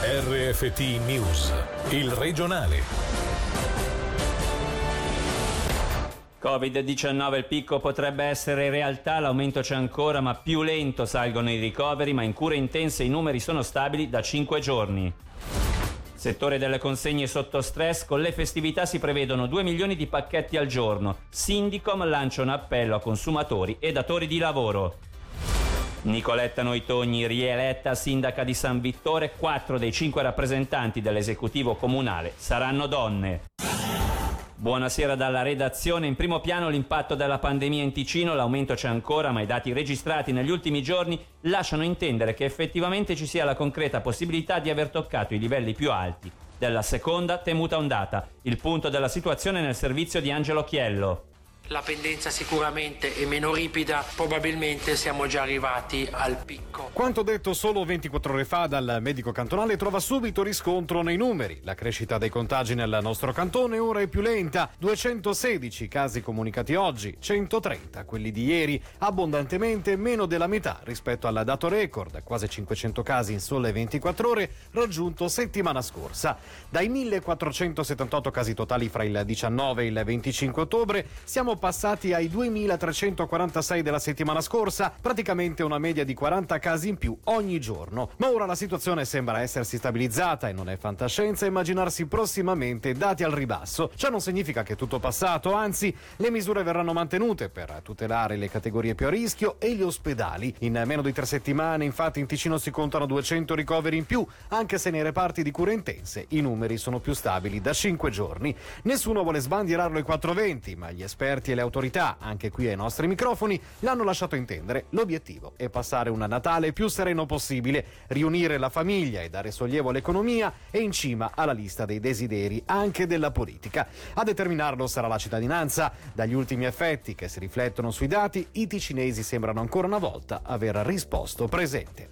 RFT News, il regionale. Covid-19, il picco potrebbe essere realtà, l'aumento c'è ancora ma più lento, salgono i ricoveri, ma in cure intense i numeri sono stabili da 5 giorni. Settore delle consegne sotto stress, con le festività si prevedono 2 milioni di pacchetti al giorno. Sindicom lancia un appello a consumatori e datori di lavoro. Nicoletta Noitogni, rieletta sindaca di San Vittore, 4 dei 5 rappresentanti dell'esecutivo comunale saranno donne. Buonasera dalla redazione. In primo piano l'impatto della pandemia in Ticino, l'aumento c'è ancora, ma i dati registrati negli ultimi giorni lasciano intendere che effettivamente ci sia la concreta possibilità di aver toccato i livelli più alti della seconda temuta ondata. Il punto della situazione nel servizio di Angelo Chiello. La pendenza sicuramente è meno ripida, probabilmente siamo già arrivati al picco. Quanto detto solo 24 ore fa dal medico cantonale trova subito riscontro nei numeri. La crescita dei contagi nel nostro cantone ora è più lenta, 216 casi comunicati oggi, 130 quelli di ieri, abbondantemente meno della metà rispetto al dato record, quasi 500 casi in sole 24 ore, raggiunto settimana scorsa. Dai 1478 casi totali fra il 19 e il 25 ottobre siamo passati ai 2346 della settimana scorsa, praticamente una media di 40 casi in più ogni giorno. Ma ora la situazione sembra essersi stabilizzata e non è fantascienza immaginarsi prossimamente dati al ribasso. Ciò non significa che è tutto passato, anzi le misure verranno mantenute per tutelare le categorie più a rischio e gli ospedali. In meno di 3 settimane infatti in Ticino si contano 200 ricoveri in più, anche se nei reparti di cure intense i numeri sono più stabili da 5 giorni. Nessuno vuole sbandierarlo ai 420, ma gli esperti e le autorità, anche qui ai nostri microfoni, l'hanno lasciato intendere. L'obiettivo è passare un Natale più sereno possibile, riunire la famiglia e dare sollievo all'economia è in cima alla lista dei desideri anche della politica. A determinarlo sarà la cittadinanza. Dagli ultimi effetti che si riflettono sui dati, i ticinesi sembrano ancora una volta aver risposto presente.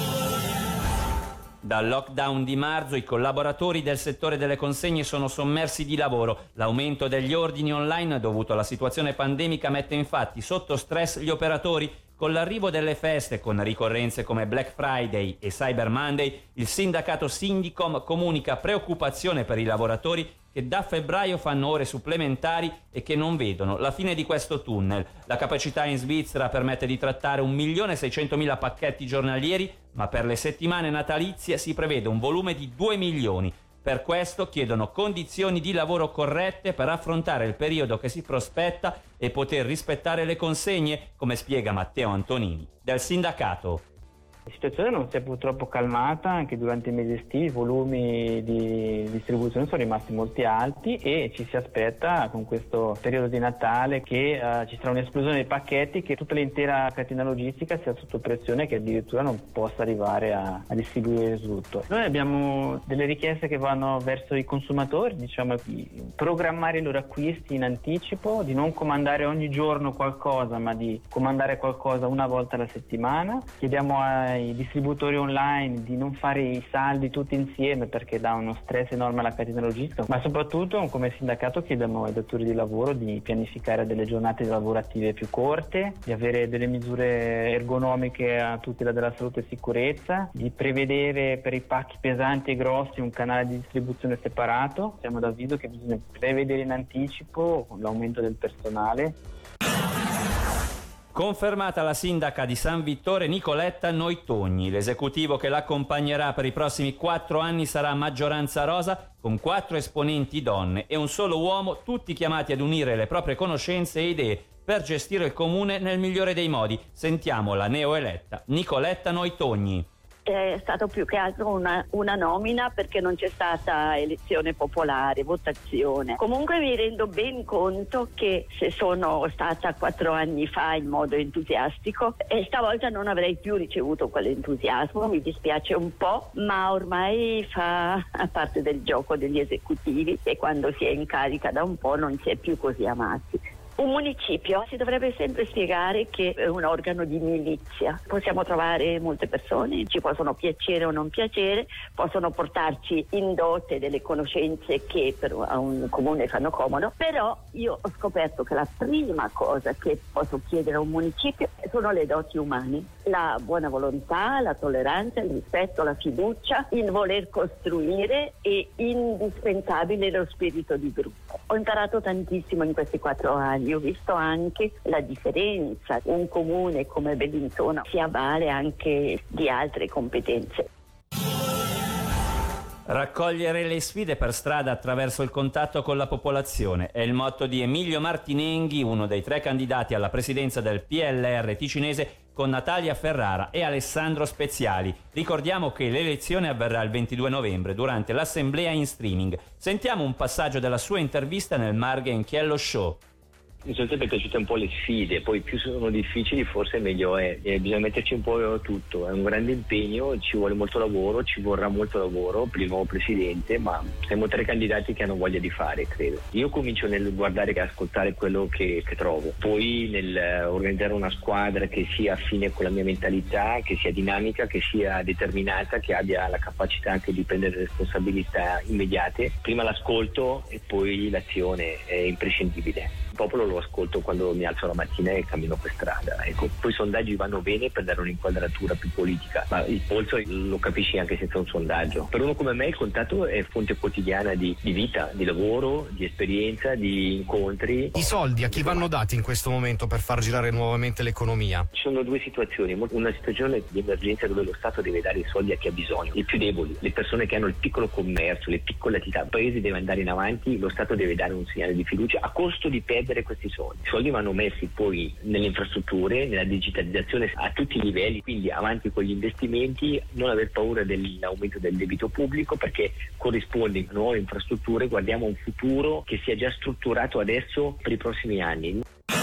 Dal lockdown di marzo i collaboratori del settore delle consegne sono sommersi di lavoro. L'aumento degli ordini online dovuto alla situazione pandemica mette infatti sotto stress gli operatori. Con l'arrivo delle feste, con ricorrenze come Black Friday e Cyber Monday, il sindacato Sindicom comunica preoccupazione per i lavoratori che da febbraio fanno ore supplementari e che non vedono la fine di questo tunnel. La capacità in Svizzera permette di trattare 1.600.000 pacchetti giornalieri, ma per le settimane natalizie si prevede un volume di 2 milioni. Per questo chiedono condizioni di lavoro corrette per affrontare il periodo che si prospetta e poter rispettare le consegne, come spiega Matteo Antonini del sindacato. La situazione non si è purtroppo calmata, anche durante i mesi estivi i volumi di distribuzione sono rimasti molto alti e ci si aspetta con questo periodo di Natale che ci sarà un'esplosione dei pacchetti, che tutta l'intera catena logistica sia sotto pressione e che addirittura non possa arrivare a distribuire tutto. Noi abbiamo delle richieste che vanno verso i consumatori, diciamo di programmare i loro acquisti in anticipo, di non comandare ogni giorno qualcosa ma di comandare qualcosa una volta alla settimana. Chiediamo ai distributori online di non fare i saldi tutti insieme perché dà uno stress enorme alla catena logistica, ma soprattutto come sindacato chiediamo ai datori di lavoro di pianificare delle giornate lavorative più corte, di avere delle misure ergonomiche a tutela della salute e sicurezza, di prevedere per i pacchi pesanti e grossi un canale di distribuzione separato. Siamo d'avviso che bisogna prevedere in anticipo l'aumento del personale. Confermata la sindaca di San Vittore Nicoletta Noitogni. L'esecutivo che l'accompagnerà per i prossimi 4 anni sarà a maggioranza rosa, con 4 esponenti donne e un solo uomo, tutti chiamati ad unire le proprie conoscenze e idee per gestire il comune nel migliore dei modi. Sentiamo la neoeletta Nicoletta Noitogni. È stato più che altro una nomina perché non c'è stata elezione popolare, votazione. Comunque mi rendo ben conto che se sono stata 4 anni fa in modo entusiastico e stavolta non avrei più ricevuto quell'entusiasmo, mi dispiace un po', ma ormai fa parte del gioco degli esecutivi e quando si è in carica da un po' non si è più così amati. Un municipio si dovrebbe sempre spiegare che è un organo di milizia. Possiamo trovare molte persone, ci possono piacere o non piacere, possono portarci in dote delle conoscenze che a un comune fanno comodo, però io ho scoperto che la prima cosa che posso chiedere a un municipio sono le doti umane, la buona volontà, la tolleranza, il rispetto, la fiducia, il voler costruire e indispensabile lo spirito di gruppo. Ho imparato tantissimo in questi 4 anni. Ho visto anche la differenza. Un comune come Bellinzona si avvale anche di altre competenze. Raccogliere le sfide per strada attraverso il contatto con la popolazione è il motto di Emilio Martinenghi, uno dei 3 candidati alla presidenza del PLR ticinese, con Natalia Ferrara e Alessandro Speziali. Ricordiamo che l'elezione avverrà il 22 novembre durante l'assemblea in streaming. Sentiamo un passaggio della sua intervista nel Marghe Enchiello Show. Mi sono sempre piaciute un po' le sfide, poi più sono difficili forse meglio è, bisogna metterci un po' tutto, è un grande impegno, ci vuole molto lavoro, ci vorrà molto lavoro per il nuovo presidente, ma siamo 3 candidati che hanno voglia di fare, credo. Io comincio nel guardare e ascoltare quello che trovo, poi nel organizzare una squadra che sia affine con la mia mentalità, che sia dinamica, che sia determinata, che abbia la capacità anche di prendere responsabilità immediate. Prima l'ascolto e poi l'azione è imprescindibile. Il popolo lo ascolto quando mi alzo la mattina e cammino per strada. Ecco. Poi i sondaggi vanno bene per dare un'inquadratura più politica, ma il polso lo capisci anche senza un sondaggio. Per uno come me il contatto è fonte quotidiana di vita, di lavoro, di esperienza, di incontri. I soldi a chi vanno dati in questo momento per far girare nuovamente l'economia? Ci sono 2 situazioni, una situazione di emergenza dove lo Stato deve dare i soldi a chi ha bisogno, i più deboli, le persone che hanno il piccolo commercio, le piccole attività. Il paese deve andare in avanti, lo Stato deve dare un segnale di fiducia a costo di perdere questi soldi. I soldi vanno messi poi nelle infrastrutture, nella digitalizzazione a tutti i livelli, quindi avanti con gli investimenti, non aver paura dell'aumento del debito pubblico perché corrisponde a nuove infrastrutture, guardiamo un futuro che sia già strutturato adesso per i prossimi anni.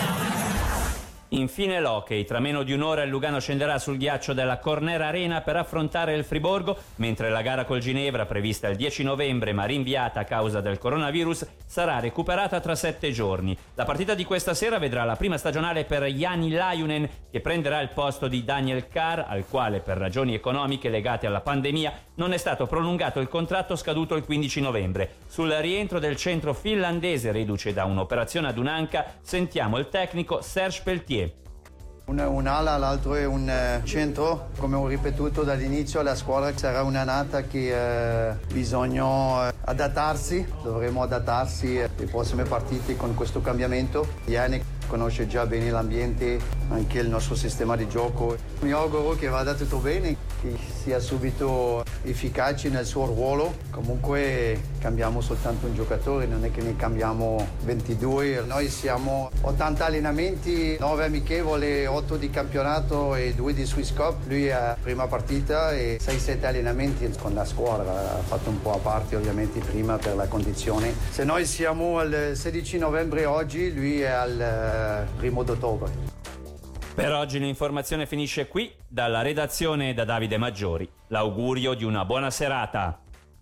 Infine l'hockey, tra meno di un'ora il Lugano scenderà sul ghiaccio della Corner Arena per affrontare il Friburgo, mentre la gara col Ginevra, prevista il 10 novembre ma rinviata a causa del coronavirus, sarà recuperata tra 7 giorni. La partita di questa sera vedrà la prima stagionale per Jani Lajunen, che prenderà il posto di Daniel Carr, al quale per ragioni economiche legate alla pandemia non è stato prolungato il contratto scaduto il 15 novembre. Sul rientro del centro finlandese reduce da un'operazione ad un'anca, sentiamo il tecnico Serge Pelletier. Un'ala, l'altro è un centro. Come ho ripetuto dall'inizio, la squadra sarà un'annata che bisogna adattarsi, dovremo adattarsi alle prossime partite con questo cambiamento. Yannick conosce già bene l'ambiente, anche il nostro sistema di gioco. Mi auguro che vada tutto bene, che sia subito efficace nel suo ruolo. Comunque cambiamo soltanto un giocatore, non è che ne cambiamo 22. Noi siamo 80 allenamenti, 9 amichevoli, 8 di campionato e 2 di Swiss Cup. Lui è prima partita e 6-7 allenamenti con la squadra. Ha fatto un po' a parte ovviamente prima per la condizione. Se noi siamo al 16 novembre oggi, lui è al 1 ottobre. Per oggi l'informazione finisce qui. Dalla redazione da Davide Maggiori, l'augurio di una buona serata.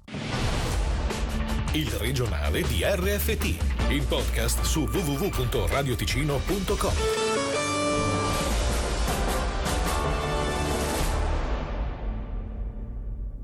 Il regionale di RFT, il podcast su www.radioticino.com.